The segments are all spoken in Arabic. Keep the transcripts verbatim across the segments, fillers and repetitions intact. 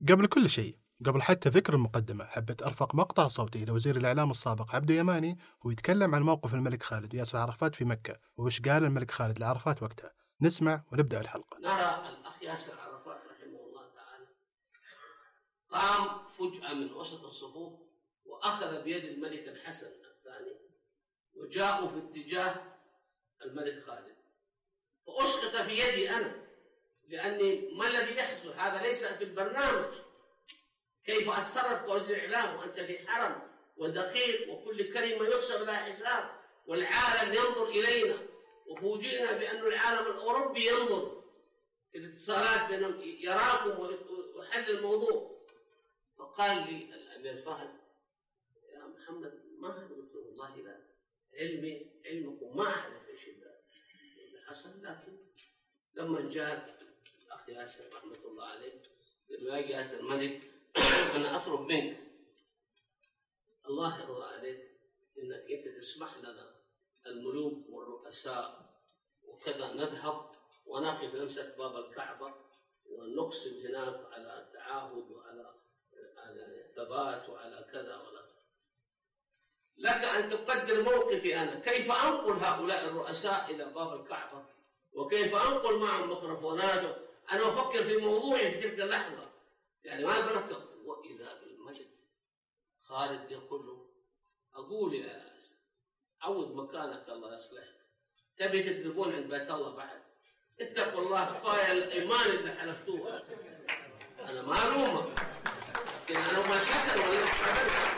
قبل كل شيء، قبل حتى ذكر المقدمة، حبيت أرفق مقطع صوتي لوزير الإعلام السابق عبدو يماني وهو يتكلم عن موقف الملك خالد وياسر عرفات في مكة وش قال الملك خالد لعرفات وقتها. نسمع ونبدأ الحلقة. نرى الأخ ياسر عرفات رحمه الله تعالى قام فجأة من وسط الصفوف وأخذ بيد الملك الحسن الثاني وجاءوا في اتجاه الملك خالد، فأسقط في يدي أنا، لأني ما الذي يحصل؟ هذا ليس في البرنامج. كيف أتصرف كوزير إعلام وأنت في حرم ودقيق وكل كلمة يحسب لها حساب والعالم ينظر إلينا، وفوجئنا بأن العالم الأوروبي ينظر في الاتصالات بينهم يراكم وحل الموضوع. فقال لي الأمير فهد: يا محمد ما هذا؟ قلت له: والله لا، علمي علمكم ما أعرف إيش اللي حصل، لكن لما جاء الأخ ياسر رحمة الله عليه قال له: يا ياسر الملك أنا أطلب منك الله يرضى عليك إنك أنت تسمح لنا الملوك والرؤساء وكذا نذهب ونقف نمسك باب الكعبة ونقسم هناك على التعاهد وعلى على ثبات وعلى كذا ولا. لك أن تقدر موقفي أنا، كيف أنقل هؤلاء الرؤساء إلى باب الكعبة وكيف أنقل معهم ميكروفونات. أنا أفكر في موضوعي في تلك اللحظة، يعني ما أدرك. وإذا بالمجد خالد يقول له: أقول يا ياسر عود مكانك الله يصلحك، تبي تكذبون عند بيت الله بعد؟ اتقوا الله، كفاية الإيمان اللي حلفتوه. أنا ما ألومك، لكن أنا ما الحسن ولا الحسن.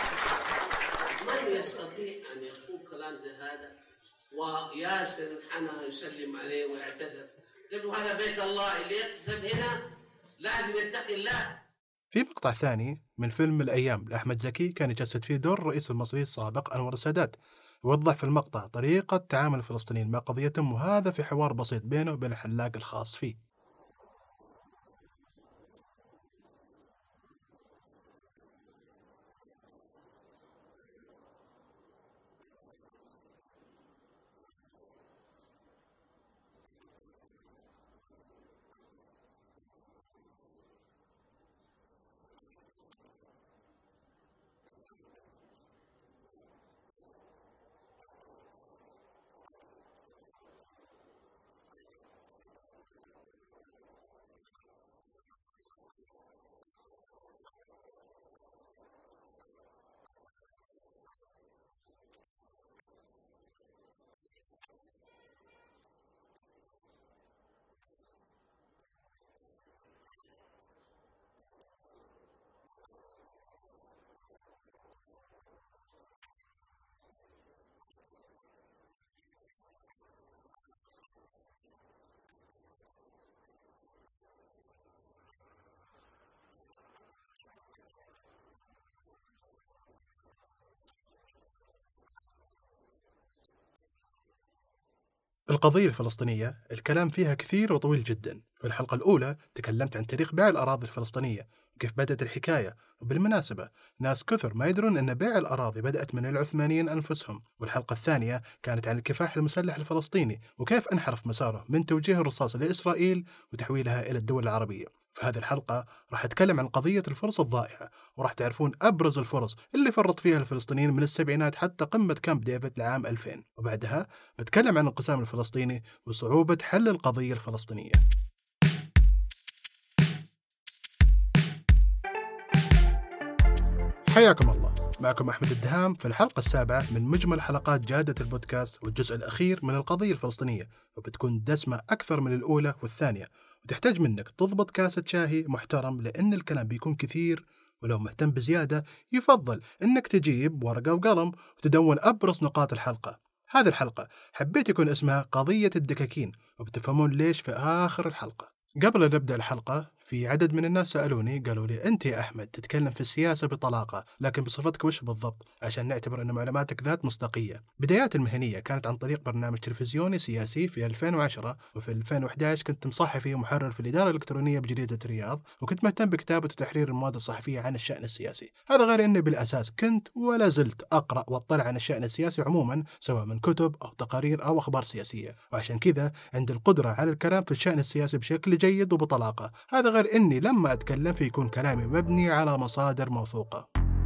من يستطيع أن يقول كلام زي هذا؟ وياسر حنى يسلم عليه ويعتذر، قال له: هذا بيت الله، اللي يقسم هنا لازم يتقي الله. في مقطع ثاني من فيلم الأيام لأحمد زكي كان يجسد فيه دور الرئيس المصري السابق أنور السادات، يوضح في المقطع طريقة تعامل الفلسطينيين مع قضيتهم، وهذا في حوار بسيط بينه وبين الحلاق الخاص فيه. القضية الفلسطينية الكلام فيها كثير وطويل جدا. في الحلقة الأولى تكلمت عن تاريخ بيع الأراضي الفلسطينية وكيف بدأت الحكاية، وبالمناسبة ناس كثر ما يدرون أن بيع الأراضي بدأت من العثمانيين أنفسهم. والحلقة الثانية كانت عن الكفاح المسلح الفلسطيني وكيف انحرف مساره من توجيه الرصاص لإسرائيل وتحويلها إلى الدول العربية. في هذه الحلقة راح أتكلم عن قضية الفرص الضائعة، وراح تعرفون أبرز الفرص اللي فرط فيها الفلسطينيين من السبعينات حتى قمة كامب ديفيد لعام ألفين. وبعدها بتكلم عن الانقسام الفلسطيني وصعوبة حل القضية الفلسطينية. حياكم الله، معكم أحمد الدهام في الحلقة السابعة من مجمل حلقات جادة البودكاست والجزء الأخير من القضية الفلسطينية، وبتكون دسمة أكثر من الأولى والثانية، وتحتاج منك تضبط كاسة شاهي محترم لأن الكلام بيكون كثير، ولو مهتم بزيادة يفضل أنك تجيب ورقة وقلم وتدون أبرز نقاط الحلقة. هذه الحلقة حبيت يكون اسمها قضية الدكاكين، وبتفهمون ليش في آخر الحلقة. قبل أن نبدأ الحلقة في عدد من الناس سألوني قالوا لي: أنت يا أحمد تتكلم في السياسة بطلاقة، لكن بصفتك وش بالضبط عشان نعتبر أن معلوماتك ذات مصداقية؟ بدايات المهنية كانت عن طريق برنامج تلفزيوني سياسي في ألفين وعشرة، وفي ألفين وأحد عشر كنت مصحفي ومحرر في الإدارة الإلكترونية بجريدة الرياض، وكنت مهتم بكتابة وتحرير المواد الصحفية عن الشأن السياسي. هذا غير أني بالأساس كنت ولا زلت أقرأ واطلع عن الشأن السياسي عموما، سواء من كتب أو تقارير أو أخبار سياسية، وعشان كذا عندي القدرة على الكلام في الشأن السياسي بشكل جيد وبطلاقة. هذا غير واختار إني لما أتكلم فيكون كلامي مبني على مصادر موثوقة.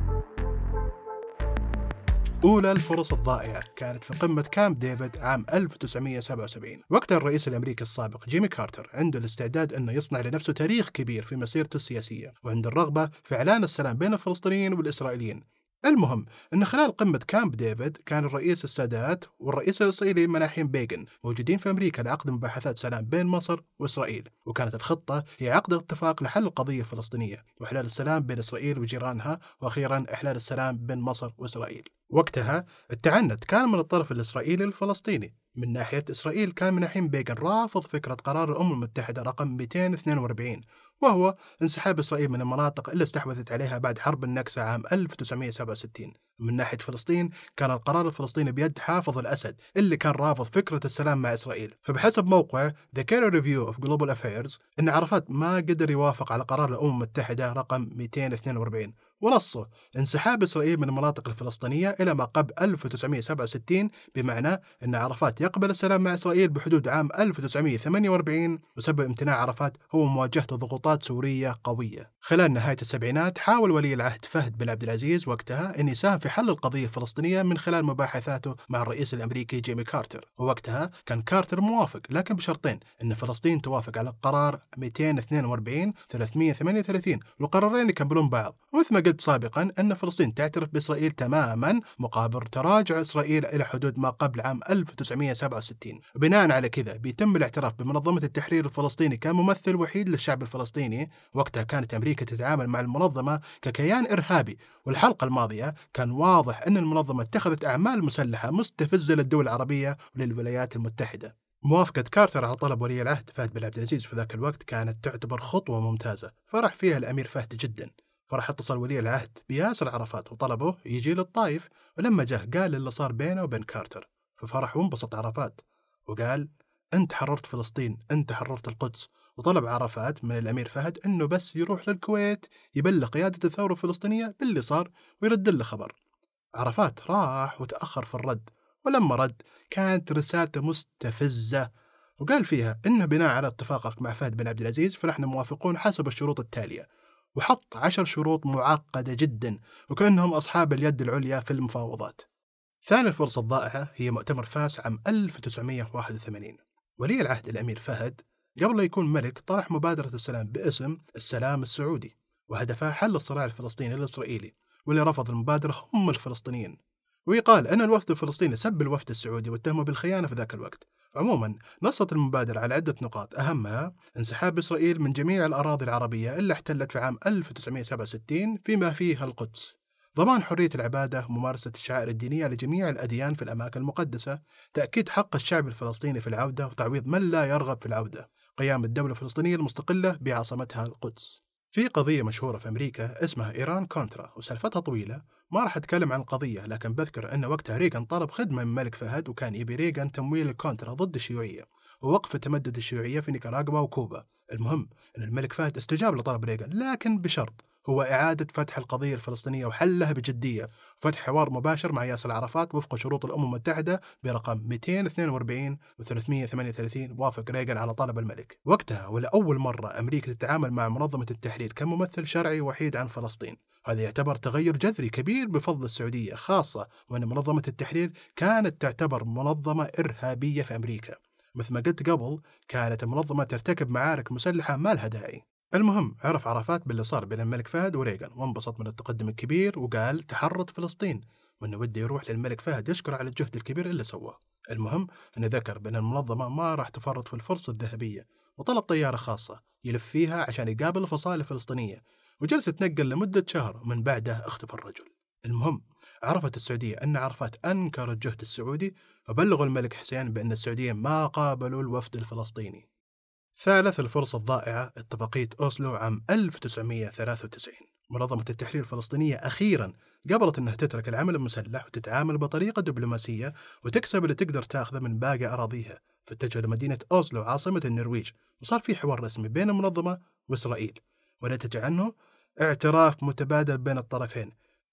أولى الفرص الضائعة كانت في قمة كامب ديفيد عام ألف وتسعمئة وسبعة وسبعين. وقتها الرئيس الأمريكي السابق جيمي كارتر عنده الاستعداد أنه يصنع لنفسه تاريخ كبير في مسيرته السياسية، وعنده الرغبة في إعلان السلام بين الفلسطينيين والإسرائيليين. المهم أن خلال قمة كامب ديفيد كان الرئيس السادات والرئيس الإسرائيلي مناحيم بيغن موجودين في أمريكا لعقد مباحثات سلام بين مصر وإسرائيل، وكانت الخطة هي عقد اتفاق لحل القضية الفلسطينية وإحلال السلام بين إسرائيل وجيرانها، وأخيرا إحلال السلام بين مصر وإسرائيل. وقتها التعنت كان من الطرف الإسرائيلي الفلسطيني. من ناحية إسرائيل كان مناحيم بيغن رافض فكرة قرار الأمم المتحدة رقم مئتين واثنين وأربعين، وهو انسحاب إسرائيل من المناطق اللي استحوذت عليها بعد حرب النكسة عام ألف وتسعمئة وسبعة وستين. من ناحية فلسطين كان القرار الفلسطيني بيد حافظ الأسد اللي كان رافض فكرة السلام مع إسرائيل. فبحسب موقع The Cairo Review of Global Affairs إن عرفات ما قدر يوافق على قرار الأمم المتحدة رقم مئتين واثنين وأربعين، ونصه انسحاب إسرائيل من المناطق الفلسطينية إلى ما قبل ألف وتسعمئة وسبعة وستين، بمعنى أن عرفات يقبل السلام مع إسرائيل بحدود عام ألف وتسعمئة وثمانية وأربعين، وسبب امتناع عرفات هو مواجهة ضغوطات سورية قوية. خلال نهاية السبعينات حاول ولي العهد فهد بن عبد العزيز وقتها أن يساهم في حل القضية الفلسطينية من خلال مباحثاته مع الرئيس الأمريكي جيمي كارتر، ووقتها كان كارتر موافق لكن بشرطين: أن فلسطين توافق على القرار مئتين واثنين وأربعين وثلاثمئة وثمانية وثلاثين، والقرارين يكملون بعض. ومثل ما قلت سابقا أن فلسطين تعترف بإسرائيل تماما مقابل تراجع إسرائيل إلى حدود ما قبل عام ألف وتسعمئة وسبعة وستين. بناء على كذا بيتم الاعتراف بمنظمة التحرير الفلسطيني كممثل وحيد للشعب الفلسطيني. وقتها كانت أمريكا تتعامل مع المنظمة ككيان إرهابي، والحلقة الماضية كان واضح أن المنظمة اتخذت أعمال مسلحة مستفزة للدول العربية وللولايات المتحدة. موافقة كارتر على طلب ولي العهد فهد بن عبد العزيز في ذاك الوقت كانت تعتبر خطوة ممتازة، فرح فيها الأمير فهد جدا. فرح اتصل ولي العهد بياسر عرفات وطلبه يجي للطائف، ولما جه قال اللي صار بينه وبين كارتر. ففرح وانبسط عرفات وقال: أنت حررت فلسطين، أنت حررت القدس. وطلب عرفات من الأمير فهد أنه بس يروح للكويت يبلغ قيادة الثورة الفلسطينية باللي صار ويرد له خبر. عرفات راح وتأخر في الرد، ولما رد كانت رسالته مستفزة، وقال فيها إنه بناء على اتفاقك مع فهد بن عبد العزيز فنحن موافقون حسب الشروط التالية، وحط عشر شروط معقدة جدا وكأنهم أصحاب اليد العليا في المفاوضات. ثاني الفرصة الضائعة هي مؤتمر فاس عام ألف وتسعمئة وواحد وثمانين. ولي العهد الأمير فهد قبل يكون ملك طرح مبادرة السلام باسم السلام السعودي، وهدفها حل الصراع الفلسطيني الإسرائيلي، واللي رفض المبادرة هم الفلسطينيين. ويقال أن الوفد الفلسطيني سب الوفد السعودي واتهمه بالخيانة في ذاك الوقت. عموما نصت المبادرة على عدة نقاط، أهمها انسحاب إسرائيل من جميع الأراضي العربية اللي احتلت في عام ألف وتسعمئة وسبعة وستين فيما فيها القدس، ضمان حرية العبادة وممارسة الشعائر الدينية لجميع الأديان في الأماكن المقدسة، تأكيد حق الشعب الفلسطيني في العودة وتعويض من لا يرغب في العودة، قيام الدولة الفلسطينية المستقلة بعاصمتها القدس. في قضية مشهورة في أمريكا اسمها إيران كونترا وسالفتها طويلة، ما راح أتكلم عن القضية، لكن بذكر أن وقتها ريغان طلب خدمة من الملك فهد، وكان يبي ريغان تمويل الكونترا ضد الشيوعية ووقف تمدد الشيوعية في نيكاراغوا وكوبا. المهم أن الملك فهد استجاب لطلب ريغان، لكن بشرط هو إعادة فتح القضية الفلسطينية وحلها بجدية، وفتح حوار مباشر مع ياسر عرفات وفق شروط الأمم المتحدة برقم مئتين واثنين وأربعين وثلاثمئة وثمانية وثلاثين. وافق ريغان على طلب الملك. وقتها ولأول مرة أمريكا تتعامل مع منظمة التحرير كممثل شرعي وحيد عن فلسطين. هذا يعتبر تغير جذري كبير بفضل السعودية، خاصة وأن منظمة التحرير كانت تعتبر منظمة إرهابية في أمريكا. مثل ما قلت قبل كانت المنظمة ترتكب معارك مسلحة ما لها داعي. المهم عرف عرفات باللي صار بين الملك فهد وريغان وانبسط من التقدم الكبير، وقال تحرت فلسطين وانه وده يروح للملك فهد يشكر على الجهد الكبير اللي سواه. المهم انه ذكر بان المنظمة ما راح تفرط في الفرصة الذهبية، وطلب طيارة خاصة يلف فيها عشان يقابل الفصائل الفلسطينية، وجلس يتنقل لمدة شهر ومن بعده اختفى الرجل. المهم عرفت السعودية أن عرفات أنكر الجهد السعودي، وبلغوا الملك حسين بأن السعودية ما قابلوا الوفد الفلسطيني. ثالث الفرصة الضائعة اتفاقية أوسلو عام ألف وتسعمئة وثلاثة وتسعين. منظمة التحرير الفلسطينية أخيرا قبلت أنها تترك العمل المسلح وتتعامل بطريقة دبلوماسية وتكسب اللي تقدر تاخذه من باقي أراضيها، فاتجهوا لمدينة أوسلو عاصمة النرويج، وصار في حوار رسمي بين المنظمة وإسرائيل، ونتج عنه اعتراف متبادل بين الطرفين.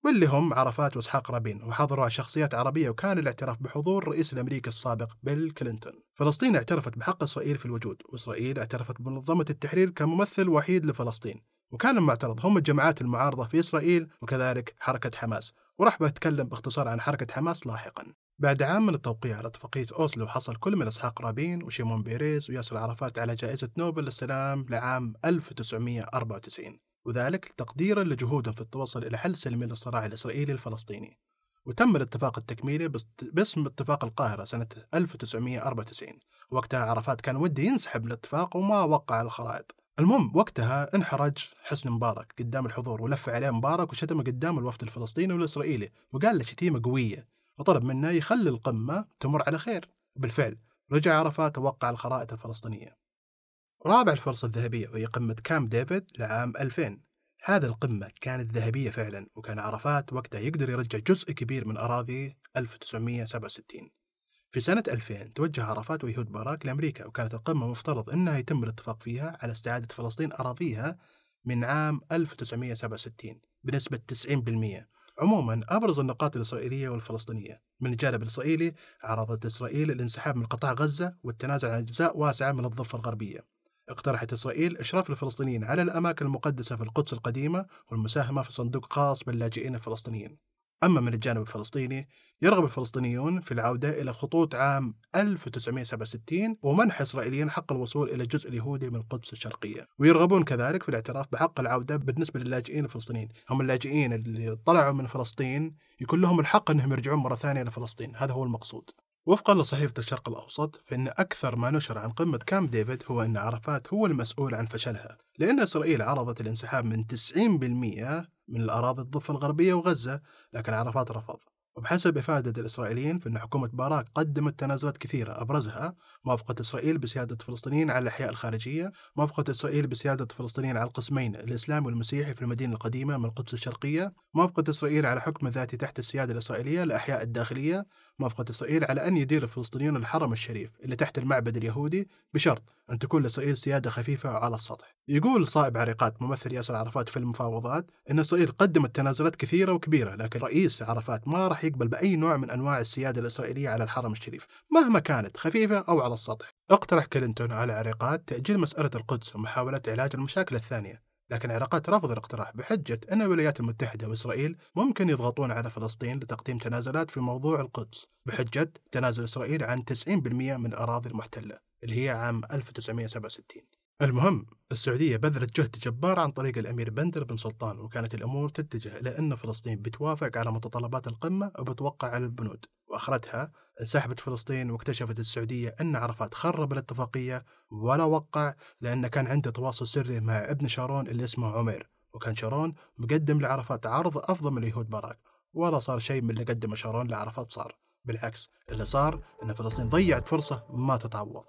واللي هم عرفات وإسحاق رابين، وحضروا شخصيات عربية وكان الاعتراف بحضور الرئيس الأمريكي السابق بيل كلينتون. فلسطين اعترفت بحق إسرائيل في الوجود، وإسرائيل اعترفت بمنظمة التحرير كممثل وحيد لفلسطين، وكان المعترض هم الجماعات المعارضة في إسرائيل وكذلك حركة حماس، وراح بتكلم باختصار عن حركة حماس لاحقا. بعد عام من التوقيع على اتفاقية أوسلو حصل كل من إسحاق رابين وشيمون بيريز وياسر عرفات على جائزة نوبل للسلام لعام ألف وتسعمئة وأربعة وتسعين، وذلك تقديرا لجهودهم في التوصل إلى حل سلمي للصراع الإسرائيلي الفلسطيني. وتم الاتفاق التكميلي باسم اتفاق القاهرة سنة ألف وتسعمئة وأربعة وتسعين، وقتها عرفات كان ودي ينسحب من الاتفاق وما وقع على الخرائط. المهم وقتها انحرج حسني مبارك قدام الحضور ولف عليه مبارك وشتمه قدام الوفد الفلسطيني والإسرائيلي وقال له شتيمة قوية، وطلب منه يخلي القمة تمر على خير. بالفعل رجع عرفات ووقع الخرائط الفلسطينية. رابع الفرصة الذهبية وهي قمة كامب ديفيد لعام ألفين. هذه القمة كانت ذهبية فعلا، وكان عرفات وقتها يقدر يرجع جزء كبير من أراضي ألف وتسعمئة وسبعة وستين. في سنة ألفين توجه عرفات ويهود باراك لأمريكا، وكانت القمة مفترض أنها يتم الاتفاق فيها على استعادة فلسطين أراضيها من عام ألف وتسعمئة وسبعة وستين بنسبة تسعين بالمئة. عموما أبرز النقاط الإسرائيلية والفلسطينية: من الجانب الإسرائيلي عرضت إسرائيل الانسحاب من قطاع غزة والتنازل عن أجزاء واسعة من الضفة الغربية. اقترحت إسرائيل إشراف الفلسطينيين على الأماكن المقدسة في القدس القديمة والمساهمة في صندوق خاص باللاجئين الفلسطينيين. أما من الجانب الفلسطيني يرغب الفلسطينيون في العودة إلى خطوط عام ألف وتسعمئة وسبعة وستين ومنح إسرائيليين حق الوصول إلى الجزء اليهودي من القدس الشرقية، ويرغبون كذلك في الاعتراف بحق العودة بالنسبة للاجئين الفلسطينيين. هم اللاجئين اللي طلعوا من فلسطين يكون لهم الحق أنهم يرجعون مرة ثانية إلى فلسطين، هذا هو المقصود. وفقا لصحيفة الشرق الأوسط فإن أكثر ما نشر عن قمة كامب ديفيد هو أن عرفات هو المسؤول عن فشلها، لأن إسرائيل عرضت الانسحاب من تسعين بالمئة من الأراضي الضفة الغربية وغزة، لكن عرفات رفض. وبحسب إفادة الإسرائيليين فإن حكومة باراك قدمت تنازلات كثيرة، أبرزها موافقة إسرائيل بسيادة الفلسطينيين على الأحياء الخارجية، موافقة إسرائيل بسيادة الفلسطينيين على القسمين الإسلامي والمسيحي في المدينة القديمة من القدس الشرقية، موافقة إسرائيل على حكم ذاتي تحت السيادة الإسرائيلية للأحياء الداخلية، موافقة إسرائيل على أن يدير الفلسطينيون الحرم الشريف اللي تحت المعبد اليهودي بشرط أن تكون لإسرائيل سيادة خفيفة على السطح. يقول صائب عريقات ممثل ياسر عرفات في المفاوضات أن إسرائيل قدمت تنازلات كثيرة وكبيرة، لكن رئيس عرفات ما راح يقبل بأي نوع من أنواع السيادة الإسرائيلية على الحرم الشريف مهما كانت خفيفة أو على السطح. اقترح كلينتون على عريقات تأجيل مسألة القدس ومحاولة علاج المشاكل الثانية، لكن عريقات رفض الاقتراح بحجة أن الولايات المتحدة وإسرائيل ممكن يضغطون على فلسطين لتقديم تنازلات في موضوع القدس بحجة تنازل إسرائيل عن تسعين بالمئة من الأراضي المحتلة اللي هي عام ألف وتسعمئة وسبعة وستين. المهم السعودية بذلت جهد جبار عن طريق الأمير بندر بن سلطان، وكانت الأمور تتجه إلى أن فلسطين بتوافق على متطلبات القمة وبتوقع على البنود، وأخرتها انسحبت فلسطين. واكتشفت السعودية أن عرفات خرب الاتفاقية ولا وقع، لأن كان عنده تواصل سري مع ابن شارون اللي اسمه عمير، وكان شارون مقدم لعرفات عرض أفضل من اليهود باراك، ولا صار شيء من اللي قدمه شارون لعرفات صار. بالعكس اللي صار أن فلسطين ضيعت فرصة ما تتعوض.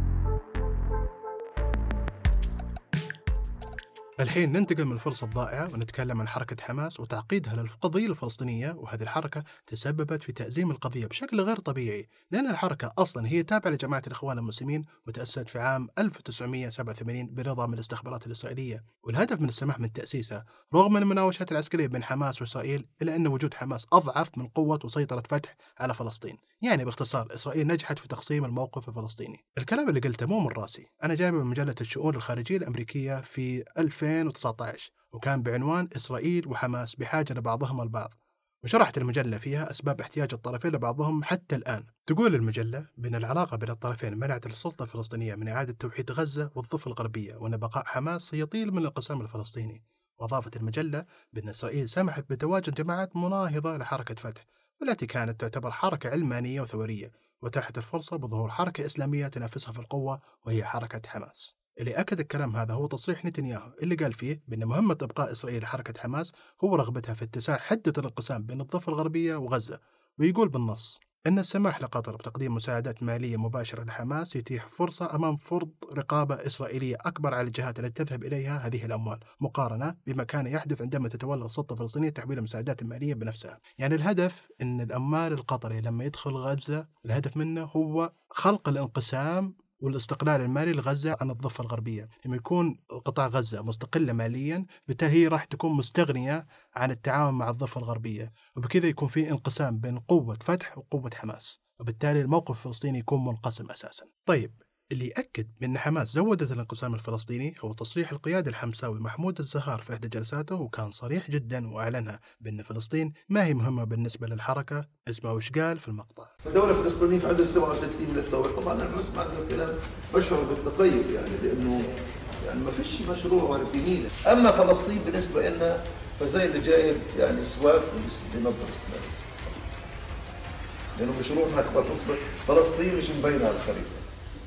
الحين ننتقل من الفرصة الضائعة ونتكلم عن حركة حماس وتعقيدها للقضية الفلسطينية. وهذه الحركة تسببت في تأزيم القضية بشكل غير طبيعي، لأن الحركة أصلا هي تابعة لجماعة الإخوان المسلمين وتأسست في عام ألف وتسعمئة وسبعة وثمانين برضا من الاستخبارات الإسرائيلية. والهدف من السماح من تأسيسها رغم المناوشات العسكرية بين حماس وإسرائيل إلا أن وجود حماس أضعف من قوة وسيطرة فتح على فلسطين. يعني باختصار إسرائيل نجحت في تقسيم الموقف الفلسطيني. الكلام اللي قلته مو من راسي، أنا جايبه من مجلة الشؤون الخارجية الأمريكية في ألفين وتسعة عشر، وكان بعنوان إسرائيل وحماس بحاجة لبعضهما البعض، وشرحت المجلة فيها أسباب احتياج الطرفين لبعضهم حتى الآن. تقول المجلة بأن العلاقة بين الطرفين منعت السلطة الفلسطينية من إعادة توحيد غزة والضفة الغربية، وأن بقاء حماس سيطيل من الانقسام الفلسطيني. وأضافت المجلة بأن إسرائيل سمحت بتواجد جماعات مناهضة لحركة فتح، والتي كانت تعتبر حركة علمانية وثورية، وتاحت الفرصة بظهور حركة إسلامية تنافسها في القوة وهي حركة حماس. اللي أكد الكلام هذا هو تصريح نتنياهو اللي قال فيه بأن مهمة إبقاء إسرائيل حركة حماس هو رغبتها في اتساع حدة الانقسام بين الضفة الغربية وغزة. ويقول بالنص أن السماح لقطر بتقديم مساعدات مالية مباشرة لحماس يتيح فرصة أمام فرض رقابة إسرائيلية أكبر على الجهات التي تذهب إليها هذه الأموال، مقارنة بما كان يحدث عندما تتولى السلطة الفلسطينية تحويل المساعدات المالية بنفسها. يعني الهدف أن الأموال القطري لما يدخل غزة الهدف منه هو خلق الانقسام والاستقلال المالي لغزة عن الضفة الغربية. لما يكون قطاع غزة مستقلة ماليا بالتالي هي راح تكون مستغنية عن التعاون مع الضفة الغربية، وبكذا يكون في انقسام بين قوة فتح وقوة حماس، وبالتالي الموقف الفلسطيني يكون منقسم أساسا. طيب اللي يأكد بأن حماس زودت الانقسام الفلسطيني هو تصريح القيادي الحمساوي محمود الزهار في إحدى جلساته، وكان صريح جدا وأعلنها بأن فلسطين ما هي مهمة بالنسبة للحركة. اسمه وش قال في المقطع: الدولة الفلسطينية في عدد سبعة وستين من الثورة. طبعا أنا بسمع هذا الكلام بشعر بالتقيؤ، يعني لأنه يعني ما فيش مشروع ولا في ميزة. أما فلسطين بالنسبة لنا فزي اللي جايب يعني سواك بينظف اسنانه، لأنه مشروعنا أكبر مثبت. فلسطين مش مبينة على الخريطة.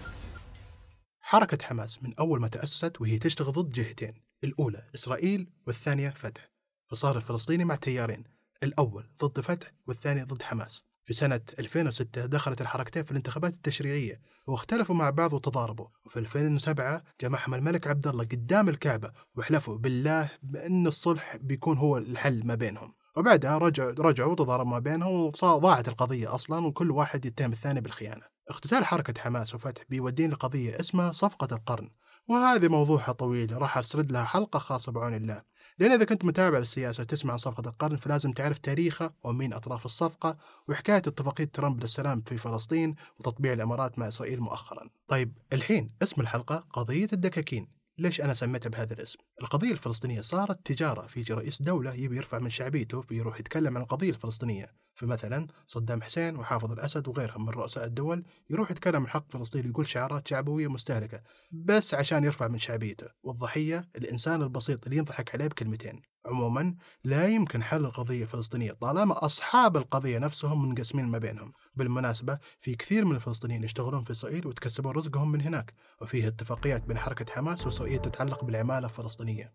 حركة حماس من أول ما تأسست وهي تشتغل ضد جهتين، الأولى إسرائيل والثانية فتح، فصار الفلسطيني مع تيارين، الأول ضد فتح والثاني ضد حماس. في سنة ألفين وستة دخلت الحركتين في الانتخابات التشريعية واختلفوا مع بعض وتضاربوا، وفي ألفين وسبعة جمعهم الملك عبد الله قدام الكعبة وحلفوا بالله بأن الصلح بيكون هو الحل ما بينهم، وبعدها رجعوا رجعوا وتضاربوا ما بينهم وضاعت القضية أصلا، وكل واحد يتهم الثاني بالخيانة. اختتال حركة حماس وفتح بيودين لقضية اسمها صفقة القرن، وهذه موضوعها طويل راح أسرد لها حلقة خاصة بعون الله، لأن إذا كنت متابع للسياسة وتسمع عن صفقة القرن فلازم تعرف تاريخها ومين أطراف الصفقة وحكاية اتفاقية ترامب للسلام في فلسطين وتطبيع الإمارات مع إسرائيل مؤخرا. طيب الحين اسم الحلقة قضية الدكاكين. ليش أنا سميتها بهذا الاسم؟ القضية الفلسطينية صارت تجارة، في رئيس دولة يبي يرفع من شعبيته فيروح يتكلم عن القضية الفلسطينية، فمثلا صدام حسين وحافظ الأسد وغيرهم من رؤساء الدول يروح يتكلم عن حق فلسطين ويقول شعارات شعبوية مستهلكة بس عشان يرفع من شعبيته، والضحية الإنسان البسيط اللي ينضحك عليه بكلمتين. عموما لا يمكن حل القضية الفلسطينية طالما أصحاب القضية نفسهم منقسمين ما بينهم. بالمناسبة في كثير من الفلسطينيين يشتغلون في إسرائيل وتكسبون رزقهم من هناك، وفيه اتفاقيات بين حركة حماس وإسرائيل تتعلق بالعمالة الفلسطينية.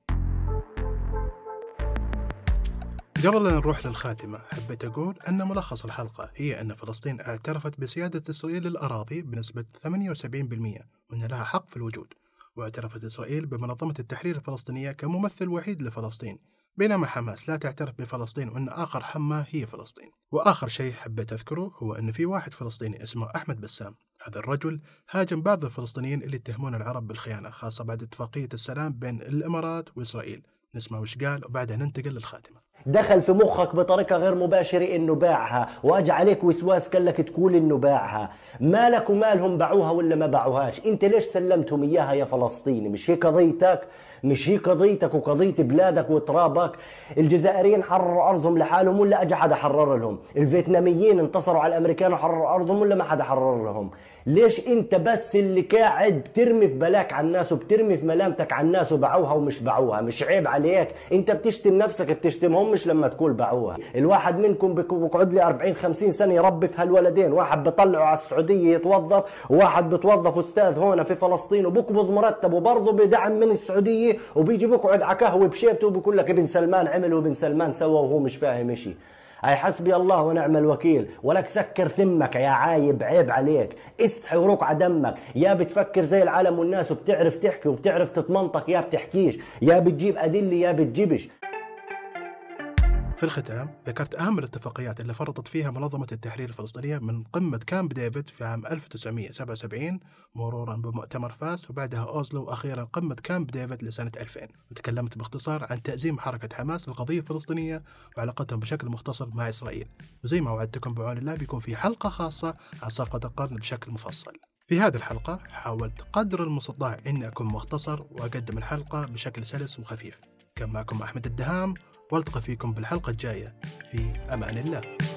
قبل أن نروح للخاتمة حبيت أقول أن ملخص الحلقة هي أن فلسطين اعترفت بسيادة إسرائيل للأراضي بنسبة ثمانية وسبعين بالمئة وأن لها حق في الوجود، واعترفت إسرائيل بمنظمة التحرير الفلسطينية كممثل وحيد لفلسطين، بينما حماس لا تعترف بفلسطين وأن آخر حمى هي فلسطين. وآخر شيء حبيت أذكره هو أن في واحد فلسطيني اسمه أحمد بسام، هذا الرجل هاجم بعض الفلسطينيين اللي يتهمون العرب بالخيانة، خاصة بعد اتفاقية السلام بين الإمارات وإسرائيل. نسمع وش قال وبعدها ننتقل للخاتمة. دخل في مخك بطريقة غير مباشرة إنه باعها، وأجى عليك وسواس قالك تقول إنه باعها. مالك ومالهم باعوها ولا ما باعوهاش؟ أنت ليش سلمتهم إياها يا فلسطيني؟ مش هي قضيتك؟ مش هي قضيتك وقضية بلادك وترابك؟ الجزائريين حرروا أرضهم لحالهم ولا أجى حدا حرر لهم؟ الفيتناميين انتصروا على الأمريكان وحرروا أرضهم ولا ما حدا حرر لهم؟ ليش أنت بس اللي قاعد بترمي في بلاك على الناس وبترمي في ملامتك على الناس وباعوها ومش باعوها؟ مش عيب عليك؟ أنت بتشتم نفسك بتشتمهم مش لما تقول باعوها. الواحد منكم بقعد لي أربعين خمسين سنة يربي في هالولدين، واحد بطلعه على السعودية يتوظف وواحد بتوظف أستاذ هنا في فلسطين وبقبض مرتب وبرضه بدعم من السعودية وبيجي بقعد على قهوة بشيبته وبيقول لك ابن سلمان عمل وابن سلمان سوى وهو مش فاهم إشي. هاي حسبي الله ونعم الوكيل. ولك سكر ثمك يا عايب، عيب عليك. استحي ورقع دمك. يا بتفكر زي العالم والناس وبتعرف تحكي وبتعرف تتمنطق، يا بتحكيش، يا بتجيب أدلة يا بتجيبش. في الختام ذكرت أهم الاتفاقيات اللي فرطت فيها منظمة التحرير الفلسطينية من قمة كامب ديفيد في عام ألف وتسعمئة وسبعة وسبعين مرورا بمؤتمر فاس وبعدها أوزلو وأخيرا قمة كامب ديفيد لسنة ألفين. وتكلمت باختصار عن تأزيم حركة حماس للقضية الفلسطينية وعلاقتهم بشكل مختصر مع إسرائيل، وزي ما وعدتكم بعون الله بيكون في حلقة خاصة عن صفقة القرن بشكل مفصل. في هذه الحلقة حاولت قدر المستطاع إني أكون مختصر وأقدم الحلقة بشكل سلس وخفيف. كان معكم أحمد الدهام، والتقى فيكم بالحلقة الجاية في أمان الله.